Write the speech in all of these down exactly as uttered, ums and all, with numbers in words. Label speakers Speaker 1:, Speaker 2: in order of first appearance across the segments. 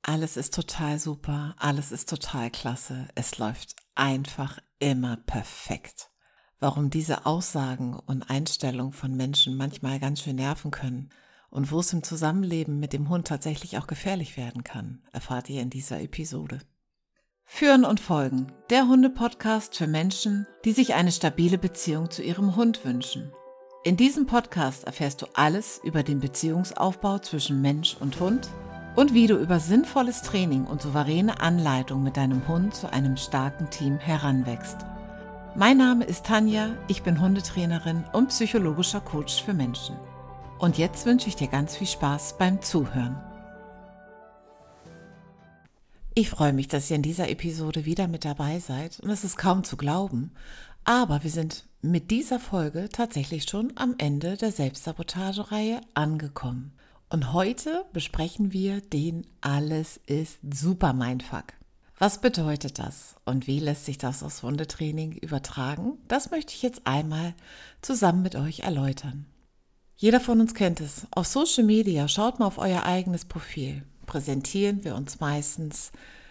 Speaker 1: Alles ist total super, alles ist total klasse, es läuft einfach immer perfekt. Warum diese Aussagen und Einstellungen von Menschen manchmal ganz schön nerven können und wo es im Zusammenleben mit dem Hund tatsächlich auch gefährlich werden kann, erfahrt ihr in dieser Episode. Führen und Folgen, der Hunde-Podcast für Menschen, die sich eine stabile Beziehung zu ihrem Hund wünschen. In diesem Podcast erfährst du alles über den Beziehungsaufbau zwischen Mensch und Hund und wie du über sinnvolles Training und souveräne Anleitung mit deinem Hund zu einem starken Team heranwächst. Mein Name ist Tanja, ich bin Hundetrainerin und psychologischer Coach für Menschen. Und jetzt wünsche ich dir ganz viel Spaß beim Zuhören. Ich freue mich, dass ihr in dieser Episode wieder mit dabei seid und es ist kaum zu glauben, aber wir sind mit dieser Folge tatsächlich schon am Ende der Selbstsabotage-Reihe angekommen. Und heute besprechen wir den Alles ist super Mindfuck. Was bedeutet das und wie lässt sich das aufs Hundetraining übertragen? Das möchte ich jetzt einmal zusammen mit euch erläutern. Jeder von uns kennt es. Auf Social Media, schaut mal auf euer eigenes Profil, präsentieren wir uns meistens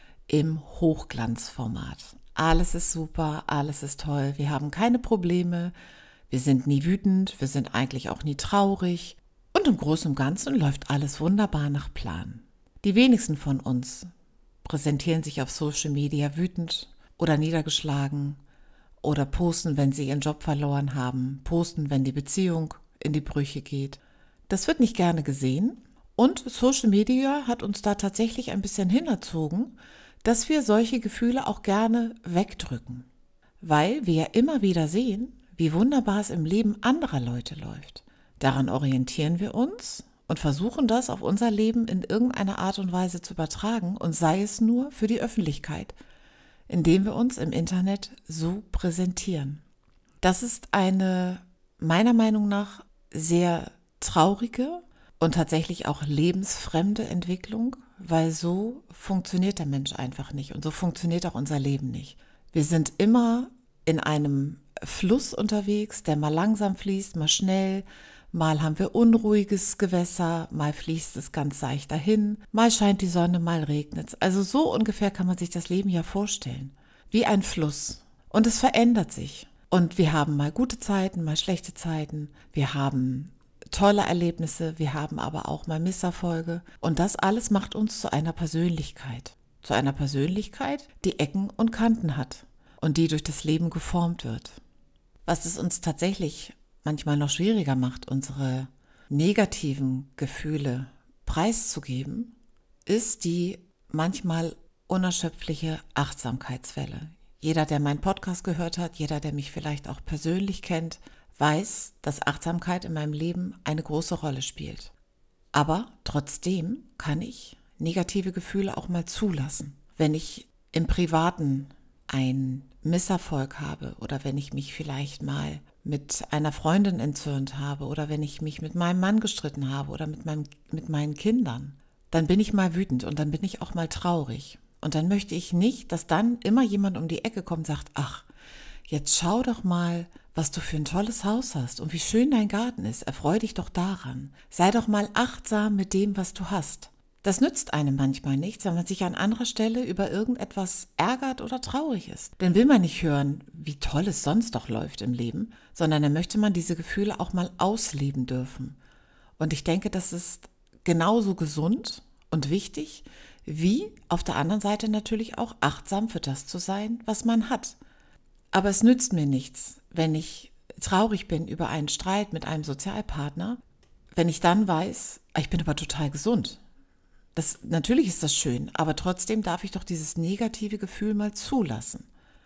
Speaker 1: im Hochglanzformat. Alles ist super, alles ist toll, wir haben keine Probleme, wir sind nie wütend, wir sind eigentlich auch nie traurig. Und im Großen und Ganzen läuft alles wunderbar nach Plan. Die wenigsten von uns präsentieren sich auf Social Media wütend oder niedergeschlagen oder posten, wenn sie ihren Job verloren haben, posten, wenn die Beziehung in die Brüche geht. Das wird nicht gerne gesehen und Social Media hat uns da tatsächlich ein bisschen hinerzogen, dass wir solche Gefühle auch gerne wegdrücken, weil wir ja immer wieder sehen, wie wunderbar es im Leben anderer Leute läuft. Daran orientieren wir uns und versuchen das auf unser Leben in irgendeiner Art und Weise zu übertragen und sei es nur für die Öffentlichkeit, indem wir uns im Internet so präsentieren. Das ist eine meiner Meinung nach sehr traurige und tatsächlich auch lebensfremde Entwicklung, weil so funktioniert der Mensch einfach nicht und so funktioniert auch unser Leben nicht. Wir sind immer in einem Fluss unterwegs, der mal langsam fließt, mal schnell. Mal haben wir unruhiges Gewässer, mal fließt es ganz seicht dahin, mal scheint die Sonne, mal regnet es. Also so ungefähr kann man sich das Leben ja vorstellen. Wie ein Fluss. Und es verändert sich. Und wir haben mal gute Zeiten, mal schlechte Zeiten. Wir haben tolle Erlebnisse, wir haben aber auch mal Misserfolge. Und das alles macht uns zu einer Persönlichkeit. Zu einer Persönlichkeit, die Ecken und Kanten hat und die durch das Leben geformt wird. Was es uns tatsächlich manchmal noch schwieriger macht, unsere negativen Gefühle preiszugeben, ist die manchmal unerschöpfliche Achtsamkeitswelle. Jeder, der meinen Podcast gehört hat, jeder, der mich vielleicht auch persönlich kennt, weiß, dass Achtsamkeit in meinem Leben eine große Rolle spielt. Aber trotzdem kann ich negative Gefühle auch mal zulassen. Wenn ich im Privaten einen Misserfolg habe oder wenn ich mich vielleicht mal mit einer Freundin entzürnt habe oder wenn ich mich mit meinem Mann gestritten habe oder mit meinem, mit meinen Kindern, dann bin ich mal wütend und dann bin ich auch mal traurig. Und dann möchte ich nicht, dass dann immer jemand um die Ecke kommt und sagt, ach, jetzt schau doch mal, was du für ein tolles Haus hast und wie schön dein Garten ist. Erfreu dich doch daran. Sei doch mal achtsam mit dem, was du hast. Das nützt einem manchmal nichts, wenn man sich an anderer Stelle über irgendetwas ärgert oder traurig ist. Denn will man nicht hören, wie toll es sonst doch läuft im Leben, sondern dann möchte man diese Gefühle auch mal ausleben dürfen. Und ich denke, das ist genauso gesund und wichtig, wie auf der anderen Seite natürlich auch achtsam für das zu sein, was man hat. Aber es nützt mir nichts, wenn ich traurig bin über einen Streit mit einem Sozialpartner, wenn ich dann weiß, ich bin aber total gesund. Das, natürlich ist das schön, aber trotzdem darf ich doch dieses negative Gefühl mal zulassen.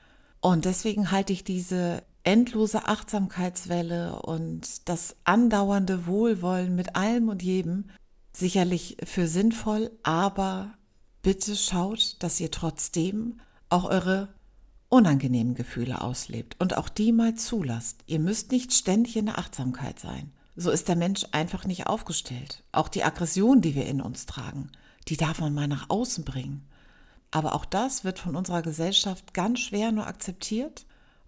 Speaker 1: Und deswegen halte ich diese endlose Achtsamkeitswelle und das andauernde Wohlwollen mit allem und jedem sicherlich für sinnvoll, aber bitte schaut, dass ihr trotzdem auch eure unangenehmen Gefühle auslebt und auch die mal zulasst. Ihr müsst nicht ständig in der Achtsamkeit sein. So ist der Mensch einfach nicht aufgestellt. Auch die Aggression, die wir in uns tragen, die darf man mal nach außen bringen. Aber auch das wird von unserer Gesellschaft ganz schwer nur akzeptiert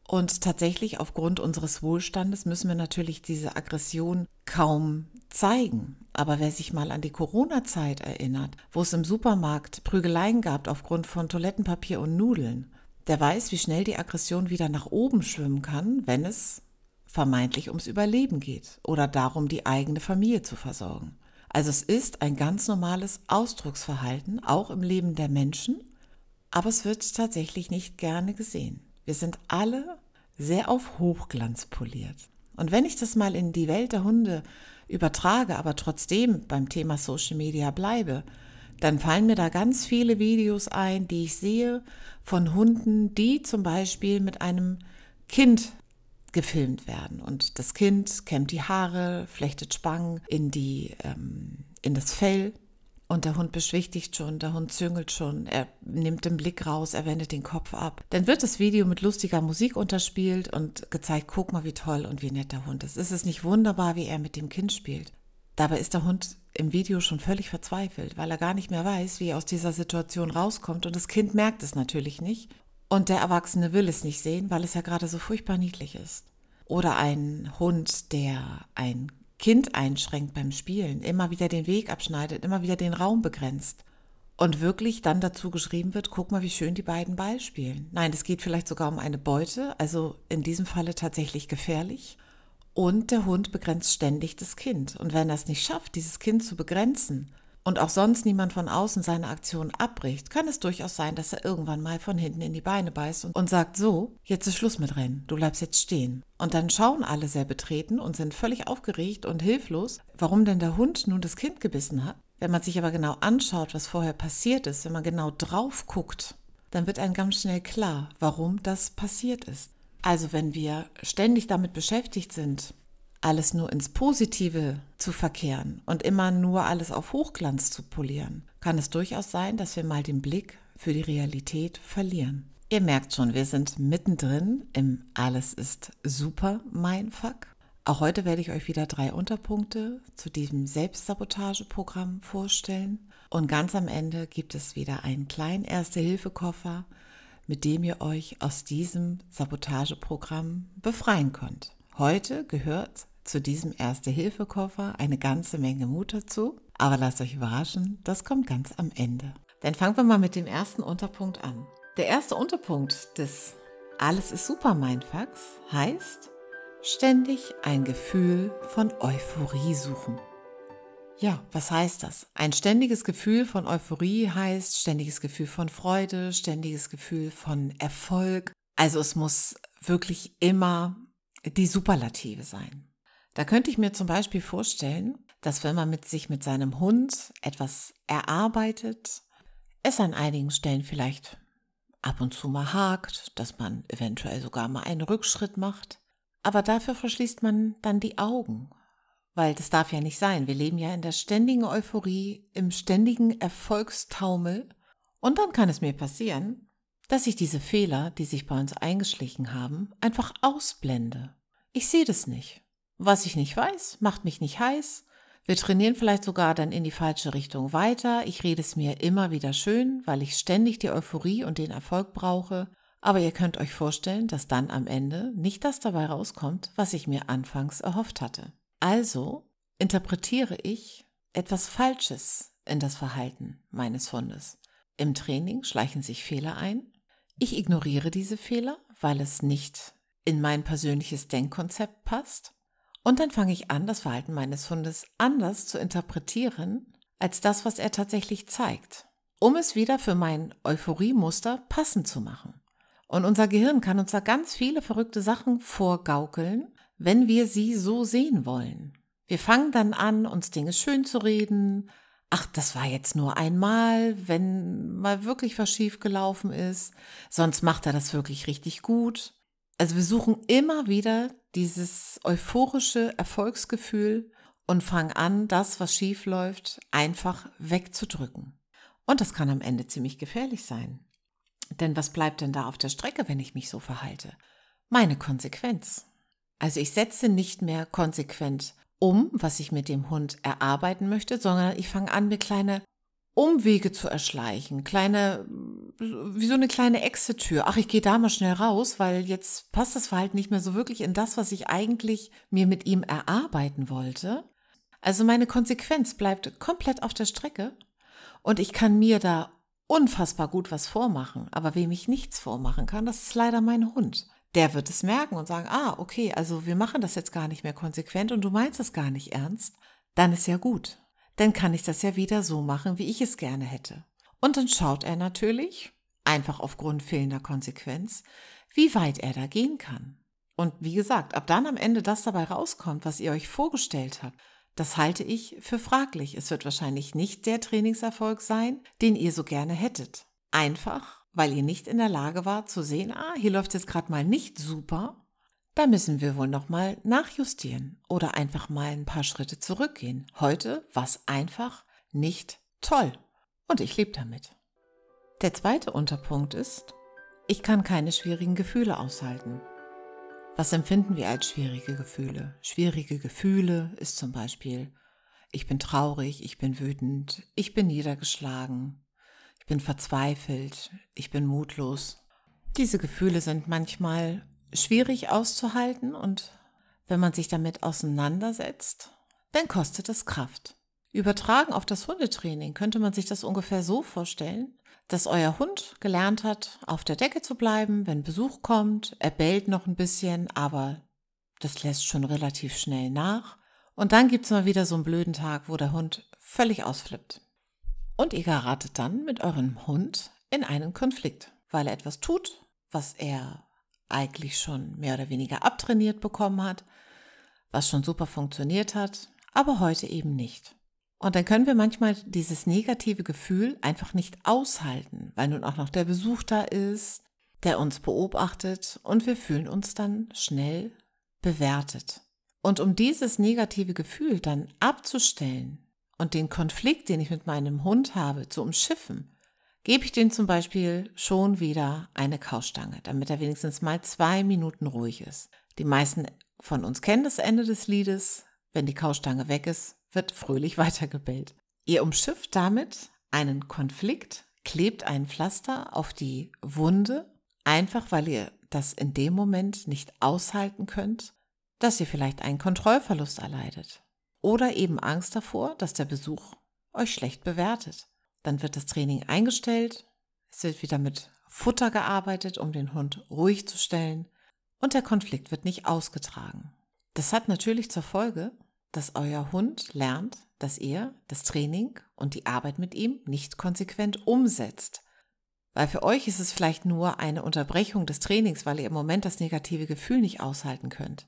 Speaker 1: Und tatsächlich aufgrund unseres Wohlstandes müssen wir natürlich diese Aggression kaum zeigen. Aber wer sich mal an die Corona-Zeit erinnert, wo es im Supermarkt Prügeleien gab aufgrund von Toilettenpapier und Nudeln, der weiß, wie schnell die Aggression wieder nach oben schwimmen kann, wenn es vermeintlich ums Überleben geht oder darum, die eigene Familie zu versorgen. Also es ist ein ganz normales Ausdrucksverhalten, auch im Leben der Menschen, aber es wird tatsächlich nicht gerne gesehen. Wir sind alle sehr auf Hochglanz poliert. Und wenn ich das mal in die Welt der Hunde übertrage, aber trotzdem beim Thema Social Media bleibe, dann fallen mir da ganz viele Videos ein, die ich sehe von Hunden, die zum Beispiel mit einem Kind gefilmt werden. Und das Kind kämmt die Haare, flechtet Spangen in, die, ähm, in das Fell und der Hund beschwichtigt schon, der Hund züngelt schon, er nimmt den Blick raus, er wendet den Kopf ab. Dann wird das Video mit lustiger Musik unterspielt und gezeigt, guck mal, wie toll und wie nett der Hund ist. Ist es nicht wunderbar, wie er mit dem Kind spielt? Dabei ist der Hund im Video schon völlig verzweifelt, weil er gar nicht mehr weiß, wie er aus dieser Situation rauskommt. Und das Kind merkt es natürlich nicht. Und der Erwachsene will es nicht sehen, weil es ja gerade so furchtbar niedlich ist. Oder ein Hund, der ein Kind einschränkt beim Spielen, immer wieder den Weg abschneidet, immer wieder den Raum begrenzt. Und wirklich dann dazu geschrieben wird, guck mal, wie schön die beiden Ball spielen. Nein, es geht vielleicht sogar um eine Beute, also in diesem Falle tatsächlich gefährlich. Und der Hund begrenzt ständig das Kind. Und wenn er es nicht schafft, dieses Kind zu begrenzen und auch sonst niemand von außen seine Aktion abbricht, kann es durchaus sein, dass er irgendwann mal von hinten in die Beine beißt und, und sagt so, jetzt ist Schluss mit Rennen, du bleibst jetzt stehen. Und dann schauen alle sehr betreten und sind völlig aufgeregt und hilflos, warum denn der Hund nun das Kind gebissen hat. Wenn man sich aber genau anschaut, was vorher passiert ist, wenn man genau drauf guckt, dann wird einem ganz schnell klar, warum das passiert ist. Also wenn wir ständig damit beschäftigt sind, alles nur ins Positive zu verkehren und immer nur alles auf Hochglanz zu polieren, kann es durchaus sein, dass wir mal den Blick für die Realität verlieren. Ihr merkt schon, wir sind mittendrin im Alles ist super Mindfuck. Auch heute werde ich euch wieder drei Unterpunkte zu diesem Selbstsabotageprogramm vorstellen. Und ganz am Ende gibt es wieder einen kleinen Erste-Hilfe-Koffer, mit dem ihr euch aus diesem Sabotageprogramm befreien könnt. Heute gehört zu diesem Erste-Hilfe-Koffer eine ganze Menge Mut dazu, aber lasst euch überraschen, das kommt ganz am Ende. Dann fangen wir mal mit dem ersten Unterpunkt an. Der erste Unterpunkt des Alles ist super Mindfucks heißt, ständig ein Gefühl von Euphorie suchen. Ja, was heißt das? Ein ständiges Gefühl von Euphorie heißt ständiges Gefühl von Freude, ständiges Gefühl von Erfolg. Also es muss wirklich immer die Superlative sein. Da könnte ich mir zum Beispiel vorstellen, dass wenn man mit sich mit seinem Hund etwas erarbeitet, es an einigen Stellen vielleicht ab und zu mal hakt, dass man eventuell sogar mal einen Rückschritt macht. Aber dafür verschließt man dann die Augen. Weil das darf ja nicht sein. Wir leben ja in der ständigen Euphorie, im ständigen Erfolgstaumel. Und dann kann es mir passieren, dass ich diese Fehler, die sich bei uns eingeschlichen haben, einfach ausblende. Ich sehe das nicht. Was ich nicht weiß, macht mich nicht heiß. Wir trainieren vielleicht sogar dann in die falsche Richtung weiter. Ich rede es mir immer wieder schön, weil ich ständig die Euphorie und den Erfolg brauche. Aber ihr könnt euch vorstellen, dass dann am Ende nicht das dabei rauskommt, was ich mir anfangs erhofft hatte. Also interpretiere ich etwas Falsches in das Verhalten meines Hundes. Im Training schleichen sich Fehler ein. Ich ignoriere diese Fehler, weil es nicht in mein persönliches Denkkonzept passt. Und dann fange ich an, das Verhalten meines Hundes anders zu interpretieren, als das, was er tatsächlich zeigt, um es wieder für mein Euphoriemuster passend zu machen. Und unser Gehirn kann uns da ganz viele verrückte Sachen vorgaukeln, wenn wir sie so sehen wollen. Wir fangen dann an, uns Dinge schön zu reden. Ach, das war jetzt nur einmal, wenn mal wirklich was schief gelaufen ist. Sonst macht er das wirklich richtig gut. Also wir suchen immer wieder dieses euphorische Erfolgsgefühl und fangen an, das, was schief läuft, einfach wegzudrücken. Und das kann am Ende ziemlich gefährlich sein. Denn was bleibt denn da auf der Strecke, wenn ich mich so verhalte? Meine Konsequenz. Also ich setze nicht mehr konsequent um, was ich mit dem Hund erarbeiten möchte, sondern ich fange an, mir kleine Umwege zu erschleichen, kleine wie so eine kleine Exit-Tür. Ach, ich gehe da mal schnell raus, weil jetzt passt das Verhalten nicht mehr so wirklich in das, was ich eigentlich mir mit ihm erarbeiten wollte. Also meine Konsequenz bleibt komplett auf der Strecke und ich kann mir da unfassbar gut was vormachen. Aber wem ich nichts vormachen kann, das ist leider mein Hund. Der wird es merken und sagen, ah, okay, also wir machen das jetzt gar nicht mehr konsequent und du meinst es gar nicht ernst. Dann ist ja gut. Dann kann ich das ja wieder so machen, wie ich es gerne hätte. Und dann schaut er natürlich, einfach aufgrund fehlender Konsequenz, wie weit er da gehen kann. Und wie gesagt, ab dann am Ende das dabei rauskommt, was ihr euch vorgestellt habt, das halte ich für fraglich. Es wird wahrscheinlich nicht der Trainingserfolg sein, den ihr so gerne hättet. Einfach, weil ihr nicht in der Lage wart zu sehen, ah, hier läuft es jetzt gerade mal nicht super. Da müssen wir wohl nochmal nachjustieren oder einfach mal ein paar Schritte zurückgehen. Heute war es einfach nicht toll. Und ich lebe damit. Der zweite Unterpunkt ist, ich kann keine schwierigen Gefühle aushalten. Was empfinden wir als schwierige Gefühle? Schwierige Gefühle ist zum Beispiel, ich bin traurig, ich bin wütend, ich bin niedergeschlagen, ich bin verzweifelt, ich bin mutlos. Diese Gefühle sind manchmal schwierig auszuhalten und wenn man sich damit auseinandersetzt, dann kostet es Kraft. Übertragen auf das Hundetraining könnte man sich das ungefähr so vorstellen, dass euer Hund gelernt hat, auf der Decke zu bleiben, wenn Besuch kommt. Er bellt noch ein bisschen, aber das lässt schon relativ schnell nach. Und dann gibt es mal wieder so einen blöden Tag, wo der Hund völlig ausflippt. Und ihr geratet dann mit eurem Hund in einen Konflikt, weil er etwas tut, was er eigentlich schon mehr oder weniger abtrainiert bekommen hat, was schon super funktioniert hat, aber heute eben nicht. Und dann können wir manchmal dieses negative Gefühl einfach nicht aushalten, weil nun auch noch der Besuch da ist, der uns beobachtet und wir fühlen uns dann schnell bewertet. Und um dieses negative Gefühl dann abzustellen und den Konflikt, den ich mit meinem Hund habe, zu umschiffen, gebe ich dem zum Beispiel schon wieder eine Kaustange, damit er wenigstens mal zwei Minuten ruhig ist. Die meisten von uns kennen das Ende des Liedes. Wenn die Kaustange weg ist, wird fröhlich weitergebellt. Ihr umschifft damit einen Konflikt, klebt ein Pflaster auf die Wunde, einfach weil ihr das in dem Moment nicht aushalten könnt, dass ihr vielleicht einen Kontrollverlust erleidet. Oder eben Angst davor, dass der Besuch euch schlecht bewertet. Dann wird das Training eingestellt, es wird wieder mit Futter gearbeitet, um den Hund ruhig zu stellen und der Konflikt wird nicht ausgetragen. Das hat natürlich zur Folge, dass euer Hund lernt, dass ihr das Training und die Arbeit mit ihm nicht konsequent umsetzt. Weil für euch ist es vielleicht nur eine Unterbrechung des Trainings, weil ihr im Moment das negative Gefühl nicht aushalten könnt.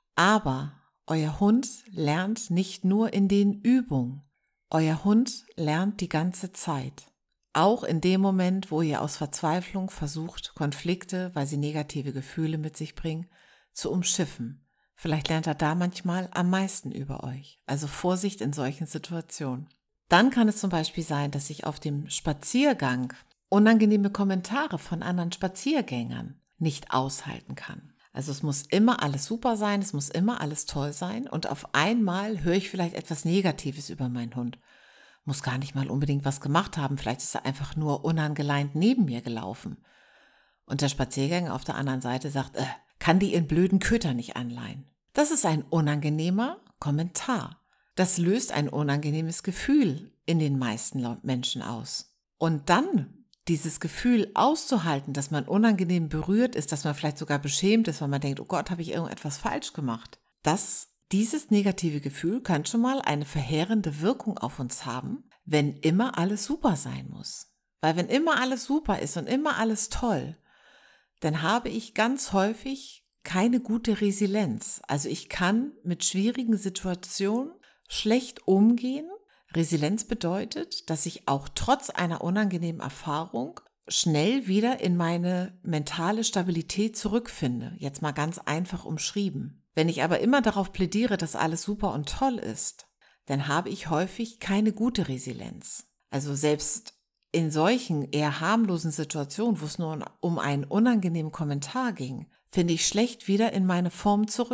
Speaker 1: Aber euer Hund lernt nicht nur in den Übungen. Euer Hund lernt die ganze Zeit. Auch in dem Moment, wo ihr aus Verzweiflung versucht, Konflikte, weil sie negative Gefühle mit sich bringen, zu umschiffen. Vielleicht lernt er da manchmal am meisten über euch. Also Vorsicht in solchen Situationen. Dann kann es zum Beispiel sein, dass ich auf dem Spaziergang unangenehme Kommentare von anderen Spaziergängern nicht aushalten kann. Also es muss immer alles super sein, es muss immer alles toll sein und auf einmal höre ich vielleicht etwas Negatives über meinen Hund. Muss gar nicht mal unbedingt was gemacht haben, vielleicht ist er einfach nur unangeleint neben mir gelaufen. Und der Spaziergänger auf der anderen Seite sagt, äh, kann die ihren blöden Köter nicht anleihen. Das ist ein unangenehmer Kommentar. Das löst ein unangenehmes Gefühl in den meisten Menschen aus. Und dann dieses Gefühl auszuhalten, dass man unangenehm berührt ist, dass man vielleicht sogar beschämt ist, weil man denkt, oh Gott, habe ich irgendetwas falsch gemacht. Das, dieses negative Gefühl kann schon mal eine verheerende Wirkung auf uns haben, wenn immer alles super sein muss. Weil wenn immer alles super ist und immer alles toll, dann habe ich ganz häufig keine gute Resilienz. Also ich kann mit schwierigen Situationen schlecht umgehen. Resilienz bedeutet, dass ich auch trotz einer unangenehmen Erfahrung schnell wieder in meine mentale Stabilität zurückfinde. Jetzt mal ganz einfach umschrieben. Wenn ich aber immer darauf plädiere, dass alles super und toll ist, dann habe ich häufig keine gute Resilienz. Also selbst in solchen eher harmlosen Situationen, wo es nur um einen unangenehmen Kommentar ging, finde ich schlecht wieder in meine Form zurück.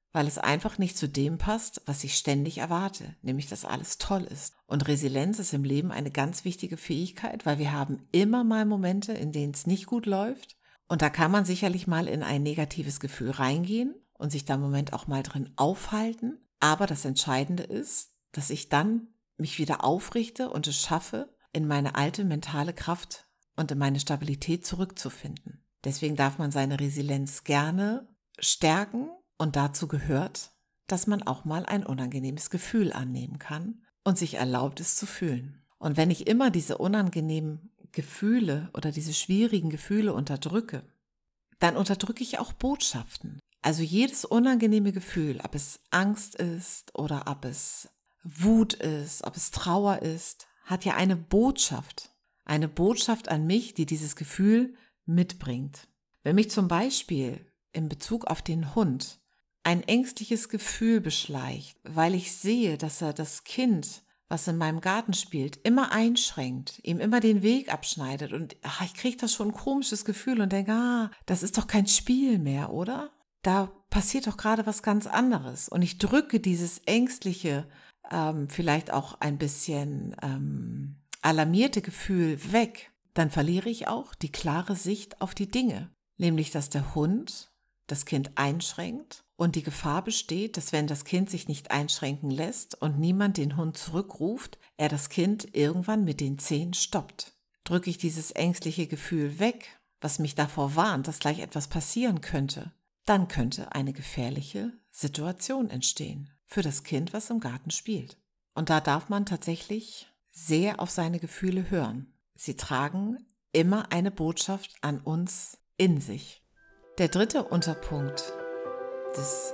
Speaker 1: weil es einfach nicht zu dem passt, was ich ständig erwarte, nämlich dass alles toll ist. Und Resilienz ist im Leben eine ganz wichtige Fähigkeit, weil wir haben immer mal Momente, in denen es nicht gut läuft. Und da kann man sicherlich mal in ein negatives Gefühl reingehen und sich da im Moment auch mal drin aufhalten. Aber das Entscheidende ist, dass ich dann mich wieder aufrichte und es schaffe, in meine alte mentale Kraft und in meine Stabilität zurückzufinden. Deswegen darf man seine Resilienz gerne stärken und dazu gehört, dass man auch mal ein unangenehmes Gefühl annehmen kann und sich erlaubt, es zu fühlen. Und wenn ich immer diese unangenehmen Gefühle oder diese schwierigen Gefühle unterdrücke, dann unterdrücke ich auch Botschaften. Also jedes unangenehme Gefühl, ob es Angst ist oder ob es Wut ist, ob es Trauer ist, hat ja eine Botschaft. Eine Botschaft an mich, die dieses Gefühl mitbringt. Wenn mich zum Beispiel in Bezug auf den Hund ein ängstliches Gefühl beschleicht, weil ich sehe, dass er das Kind, was in meinem Garten spielt, immer einschränkt, ihm immer den Weg abschneidet und ach, ich kriege da schon ein komisches Gefühl und denke, ah, das ist doch kein Spiel mehr, oder? Da passiert doch gerade was ganz anderes und ich drücke dieses ängstliche, ähm, vielleicht auch ein bisschen ähm, alarmierte Gefühl weg, dann verliere ich auch die klare Sicht auf die Dinge, nämlich dass der Hund das Kind einschränkt und die Gefahr besteht, dass wenn das Kind sich nicht einschränken lässt und niemand den Hund zurückruft, er das Kind irgendwann mit den Zähnen stoppt. Drücke ich dieses ängstliche Gefühl weg, was mich davor warnt, dass gleich etwas passieren könnte, dann könnte eine gefährliche Situation entstehen für das Kind, was im Garten spielt. Und da darf man tatsächlich sehr auf seine Gefühle hören. Sie tragen immer eine Botschaft an uns in sich. Der dritte Unterpunkt des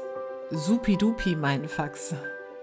Speaker 1: Supi-Dupi-Mindfucks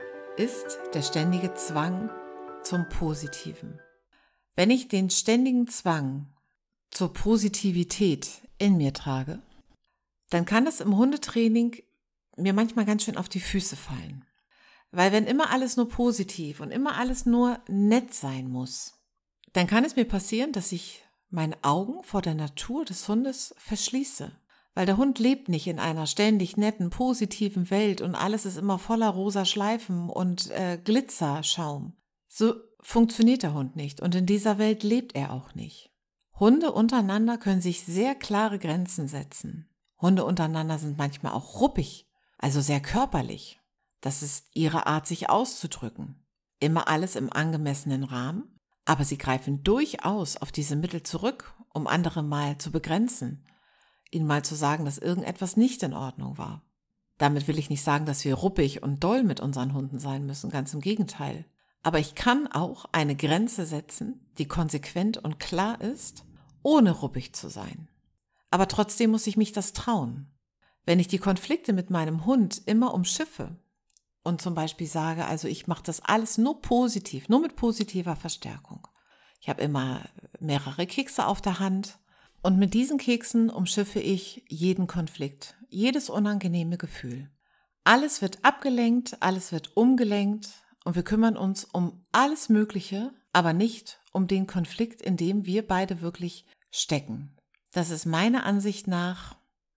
Speaker 1: ist der ständige Zwang zum Positiven. Wenn ich den ständigen Zwang zur Positivität in mir trage, dann kann es im Hundetraining mir manchmal ganz schön auf die Füße fallen. Weil wenn immer alles nur positiv und immer alles nur nett sein muss, dann kann es mir passieren, dass ich meine Augen vor der Natur des Hundes verschließe. Weil der Hund lebt nicht in einer ständig netten, positiven Welt und alles ist immer voller rosa Schleifen und äh, Glitzerschaum. So funktioniert der Hund nicht und in dieser Welt lebt er auch nicht. Hunde untereinander können sich sehr klare Grenzen setzen. Hunde untereinander sind manchmal auch ruppig, also sehr körperlich. Das ist ihre Art, sich auszudrücken. Immer alles im angemessenen Rahmen, aber sie greifen durchaus auf diese Mittel zurück, um andere mal zu begrenzen. Ihnen mal zu sagen, dass irgendetwas nicht in Ordnung war. Damit will ich nicht sagen, dass wir ruppig und doll mit unseren Hunden sein müssen, ganz im Gegenteil. Aber ich kann auch eine Grenze setzen, die konsequent und klar ist, ohne ruppig zu sein. Aber trotzdem muss ich mich das trauen. Wenn ich die Konflikte mit meinem Hund immer umschiffe und zum Beispiel sage, also ich mache das alles nur positiv, nur mit positiver Verstärkung. Ich habe immer mehrere Kekse auf der Hand. Und mit diesen Keksen umschiffe ich jeden Konflikt, jedes unangenehme Gefühl. Alles wird abgelenkt, alles wird umgelenkt und wir kümmern uns um alles Mögliche, aber nicht um den Konflikt, in dem wir beide wirklich stecken. Das ist meiner Ansicht nach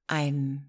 Speaker 1: ein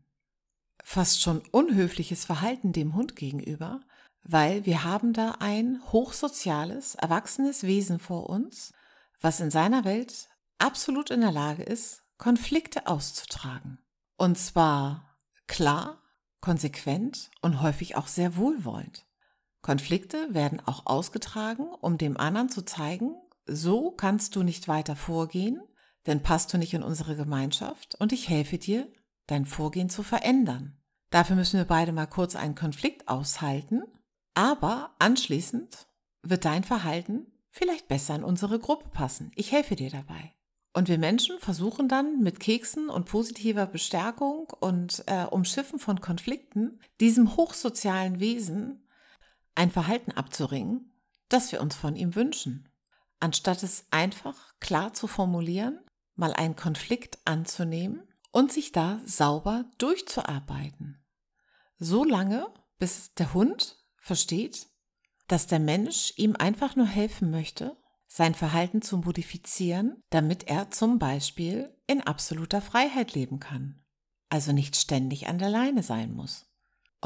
Speaker 1: fast schon unhöfliches Verhalten dem Hund gegenüber, weil wir haben da ein hochsoziales, erwachsenes Wesen vor uns, was in seiner Welt absolut in der Lage ist, Konflikte auszutragen. Und zwar klar, konsequent und häufig auch sehr wohlwollend. Konflikte werden auch ausgetragen, um dem anderen zu zeigen, so kannst du nicht weiter vorgehen, denn passt du nicht in unsere Gemeinschaft und ich helfe dir, dein Vorgehen zu verändern. Dafür müssen wir beide mal kurz einen Konflikt aushalten, aber anschließend wird dein Verhalten vielleicht besser in unsere Gruppe passen. Ich helfe dir dabei. Und wir Menschen versuchen dann mit Keksen und positiver Bestärkung und äh, Umschiffen von Konflikten diesem hochsozialen Wesen ein Verhalten abzuringen, das wir uns von ihm wünschen. Anstatt es einfach klar zu formulieren, mal einen Konflikt anzunehmen und sich da sauber durchzuarbeiten. So lange, bis der Hund versteht, dass der Mensch ihm einfach nur helfen möchte, sein Verhalten zu modifizieren, damit er zum Beispiel in absoluter Freiheit leben kann, also nicht ständig an der Leine sein muss.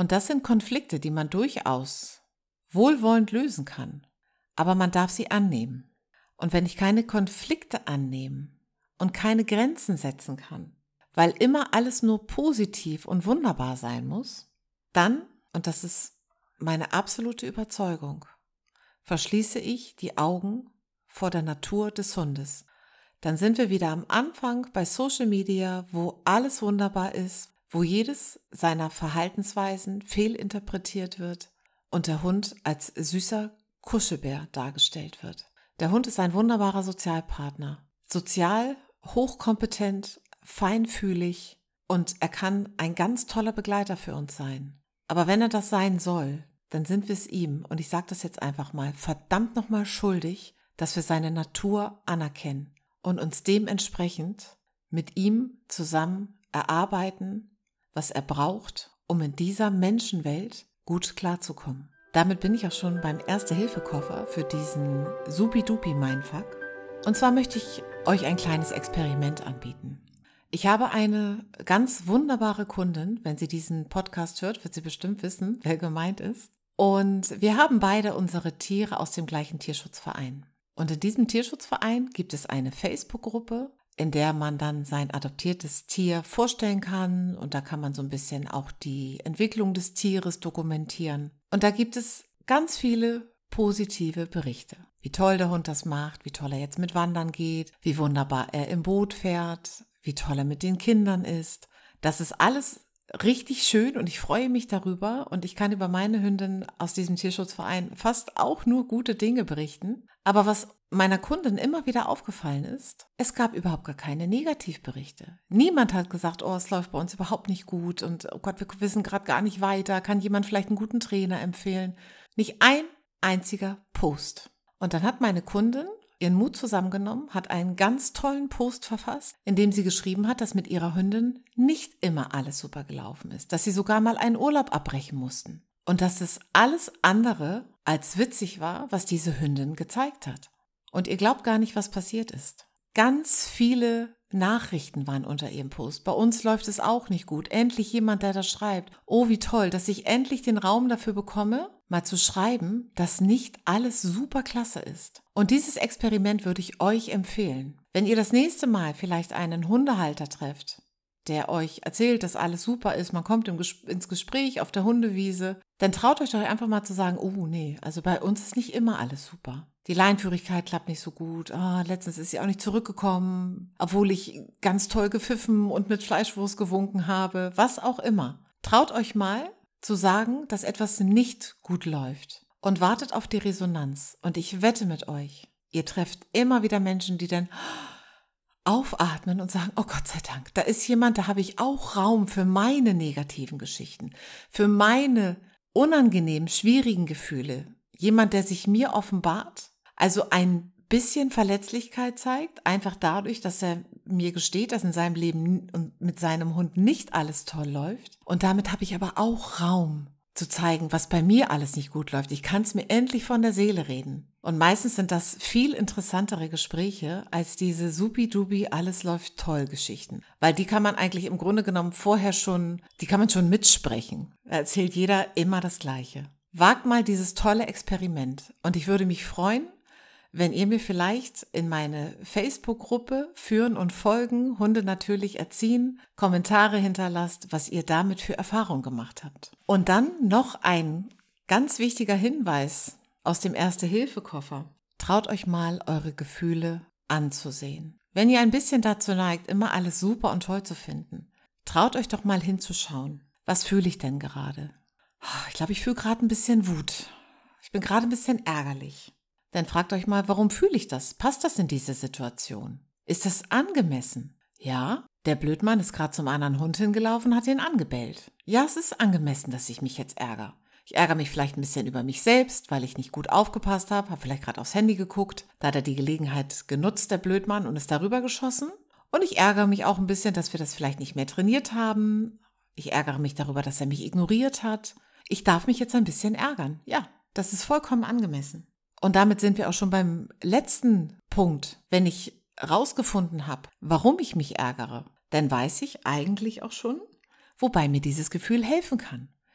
Speaker 1: Und das sind Konflikte, die man durchaus wohlwollend lösen kann. Aber man darf sie annehmen. Und wenn ich keine Konflikte annehme und keine Grenzen setzen kann, weil immer alles nur positiv und wunderbar sein muss, dann, und das ist meine absolute Überzeugung, verschließe ich die Augen vor der Natur des Hundes. Dann sind wir wieder am Anfang bei Social Media, wo alles wunderbar ist, wo jedes seiner Verhaltensweisen fehlinterpretiert wird und der Hund als süßer Kuschelbär dargestellt wird. Der Hund ist ein wunderbarer Sozialpartner, sozial, hochkompetent, feinfühlig und er kann ein ganz toller Begleiter für uns sein. Aber wenn er das sein soll, dann sind wir es ihm, und ich sage das jetzt einfach mal, verdammt nochmal schuldig, dass wir seine Natur anerkennen und uns dementsprechend mit ihm zusammen erarbeiten, was er braucht, um in dieser Menschenwelt gut klarzukommen. Damit bin ich auch schon beim Erste-Hilfe-Koffer für diesen Supi-Dupi-Mindfuck. Und zwar möchte ich euch ein kleines Experiment anbieten. Ich habe eine ganz wunderbare Kundin, wenn sie diesen Podcast hört, wird sie bestimmt wissen, wer gemeint ist. Und wir haben beide unsere Tiere aus dem gleichen Tierschutzverein. Und in diesem Tierschutzverein gibt es eine Facebook-Gruppe, in der man dann sein adoptiertes Tier vorstellen kann. Und da kann man so ein bisschen auch die Entwicklung des Tieres dokumentieren. Und da gibt es ganz viele positive Berichte. Wie toll der Hund das macht, wie toll er jetzt mit Wandern geht, wie wunderbar er im Boot fährt, wie toll er mit den Kindern ist. Das ist alles richtig schön und ich freue mich darüber und ich kann über meine Hündin aus diesem Tierschutzverein fast auch nur gute Dinge berichten. Aber was meiner Kundin immer wieder aufgefallen ist, es gab überhaupt gar keine Negativberichte. Niemand hat gesagt, oh, es läuft bei uns überhaupt nicht gut und oh Gott, wir wissen gerade gar nicht weiter. Kann jemand vielleicht einen guten Trainer empfehlen? Nicht ein einziger Post. Und dann hat meine Kundin ihren Mut zusammengenommen, hat einen ganz tollen Post verfasst, in dem sie geschrieben hat, dass mit ihrer Hündin nicht immer alles super gelaufen ist, dass sie sogar mal einen Urlaub abbrechen mussten und dass es alles andere als witzig war, was diese Hündin gezeigt hat. Und ihr glaubt gar nicht, was passiert ist. Ganz viele Nachrichten waren unter ihrem Post. Bei uns läuft es auch nicht gut. Endlich jemand, der das schreibt. Oh, wie toll, dass ich endlich den Raum dafür bekomme, mal zu schreiben, dass nicht alles super klasse ist. Und dieses Experiment würde ich euch empfehlen. Wenn ihr das nächste Mal vielleicht einen Hundehalter trefft, der euch erzählt, dass alles super ist, man kommt im Ges- ins Gespräch auf der Hundewiese, dann traut euch doch einfach mal zu sagen, oh nee, also bei uns ist nicht immer alles super. Die Leinführigkeit klappt nicht so gut. Oh, letztens ist sie auch nicht zurückgekommen, obwohl ich ganz toll gepfiffen und mit Fleischwurst gewunken habe. Was auch immer. Traut euch mal zu sagen, dass etwas nicht gut läuft und wartet auf die Resonanz. Und ich wette mit euch, ihr trefft immer wieder Menschen, die dann aufatmen und sagen, oh Gott sei Dank, da ist jemand, da habe ich auch Raum für meine negativen Geschichten, für meine unangenehmen, schwierigen Gefühle. Jemand, der sich mir offenbart, also ein bisschen Verletzlichkeit zeigt, einfach dadurch, dass er mir gesteht, dass in seinem Leben und mit seinem Hund nicht alles toll läuft. Und damit habe ich aber auch Raum zu zeigen, was bei mir alles nicht gut läuft. Ich kann es mir endlich von der Seele reden. Und meistens sind das viel interessantere Gespräche als diese supi-dubi, alles läuft toll Geschichten. Weil die kann man eigentlich im Grunde genommen vorher schon, die kann man schon mitsprechen. Da erzählt jeder immer das Gleiche. Wagt mal dieses tolle Experiment. Und ich würde mich freuen, wenn ihr mir vielleicht in meine Facebook-Gruppe Führen und Folgen, Hunde natürlich erziehen, Kommentare hinterlasst, was ihr damit für Erfahrungen gemacht habt. Und dann noch ein ganz wichtiger Hinweis aus dem Erste-Hilfe-Koffer. Traut euch mal, eure Gefühle anzusehen. Wenn ihr ein bisschen dazu neigt, immer alles super und toll zu finden, traut euch doch mal hinzuschauen. Was fühle ich denn gerade? Ich glaube, ich fühle gerade ein bisschen Wut. Ich bin gerade ein bisschen ärgerlich. Dann fragt euch mal, warum fühle ich das? Passt das in diese Situation? Ist das angemessen? Ja, der Blödmann ist gerade zum anderen Hund hingelaufen und hat ihn angebellt. Ja, es ist angemessen, dass ich mich jetzt ärgere. Ich ärgere mich vielleicht ein bisschen über mich selbst, weil ich nicht gut aufgepasst habe, habe vielleicht gerade aufs Handy geguckt. Da hat er die Gelegenheit genutzt, der Blödmann, und ist darüber geschossen. Und ich ärgere mich auch ein bisschen, dass wir das vielleicht nicht mehr trainiert haben. Ich ärgere mich darüber, dass er mich ignoriert hat. Ich darf mich jetzt ein bisschen ärgern. Ja, das ist vollkommen angemessen. Und damit sind wir auch schon beim letzten Punkt. Wenn ich rausgefunden habe, warum ich mich ärgere, dann weiß ich eigentlich auch schon, wobei mir dieses Gefühl helfen kann.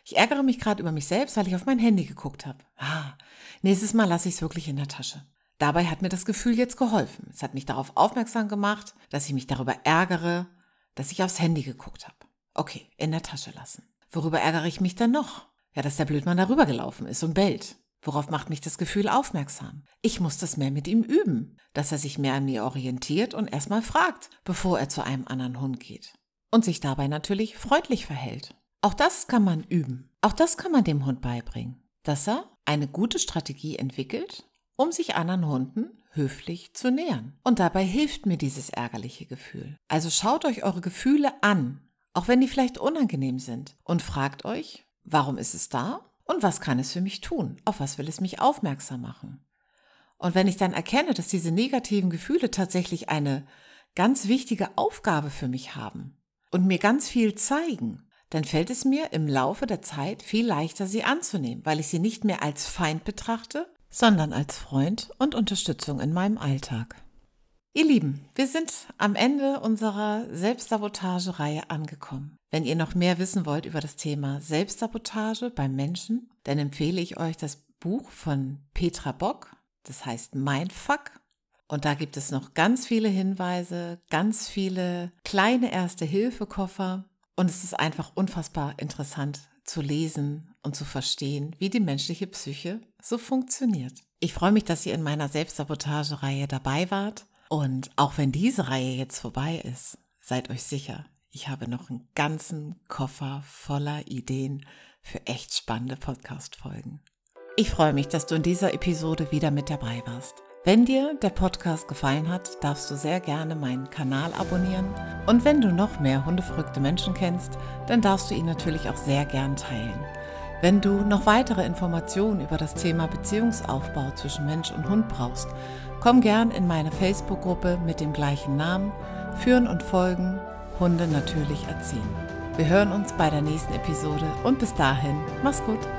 Speaker 1: Ich ärgere mich gerade über mich selbst, weil ich auf mein Handy geguckt habe. Ah, nächstes Mal lasse ich es wirklich in der Tasche. Dabei hat mir das Gefühl jetzt geholfen. Es hat mich darauf aufmerksam gemacht, dass ich mich darüber ärgere, dass ich aufs Handy geguckt habe. Okay, in der Tasche lassen. Worüber ärgere ich mich dann noch? Ja, dass der Blödmann darüber gelaufen ist und bellt. Worauf macht mich das Gefühl aufmerksam? Ich muss das mehr mit ihm üben, dass er sich mehr an mir orientiert und erstmal fragt, bevor er zu einem anderen Hund geht. Und sich dabei natürlich freundlich verhält. Auch das kann man üben. Auch das kann man dem Hund beibringen, dass er eine gute Strategie entwickelt, um sich anderen Hunden höflich zu nähern. Und dabei hilft mir dieses ärgerliche Gefühl. Also schaut euch eure Gefühle an, auch wenn die vielleicht unangenehm sind, und fragt euch, warum ist es da und was kann es für mich tun? Auf was will es mich aufmerksam machen? Und wenn ich dann erkenne, dass diese negativen Gefühle tatsächlich eine ganz wichtige Aufgabe für mich haben und mir ganz viel zeigen, dann fällt es mir im Laufe der Zeit viel leichter, sie anzunehmen, weil ich sie nicht mehr als Feind betrachte, sondern als Freund und Unterstützung in meinem Alltag. Ihr Lieben, wir sind am Ende unserer Selbstsabotage-Reihe angekommen. Wenn ihr noch mehr wissen wollt über das Thema Selbstsabotage beim Menschen, dann empfehle ich euch das Buch von Petra Bock, das heißt Mindfuck. Und da gibt es noch ganz viele Hinweise, ganz viele kleine Erste-Hilfe-Koffer. Und es ist einfach unfassbar interessant zu lesen und zu verstehen, wie die menschliche Psyche so funktioniert. Ich freue mich, dass ihr in meiner Selbstsabotage-Reihe dabei wart. Und auch wenn diese Reihe jetzt vorbei ist, seid euch sicher, ich habe noch einen ganzen Koffer voller Ideen für echt spannende Podcast-Folgen. Ich freue mich, dass du in dieser Episode wieder mit dabei warst. Wenn dir der Podcast gefallen hat, darfst du sehr gerne meinen Kanal abonnieren. Und wenn du noch mehr hundeverrückte Menschen kennst, dann darfst du ihn natürlich auch sehr gern teilen. Wenn du noch weitere Informationen über das Thema Beziehungsaufbau zwischen Mensch und Hund brauchst, komm gern in meine Facebook-Gruppe mit dem gleichen Namen, Führen und Folgen, Hunde natürlich erziehen. Wir hören uns bei der nächsten Episode und bis dahin, mach's gut!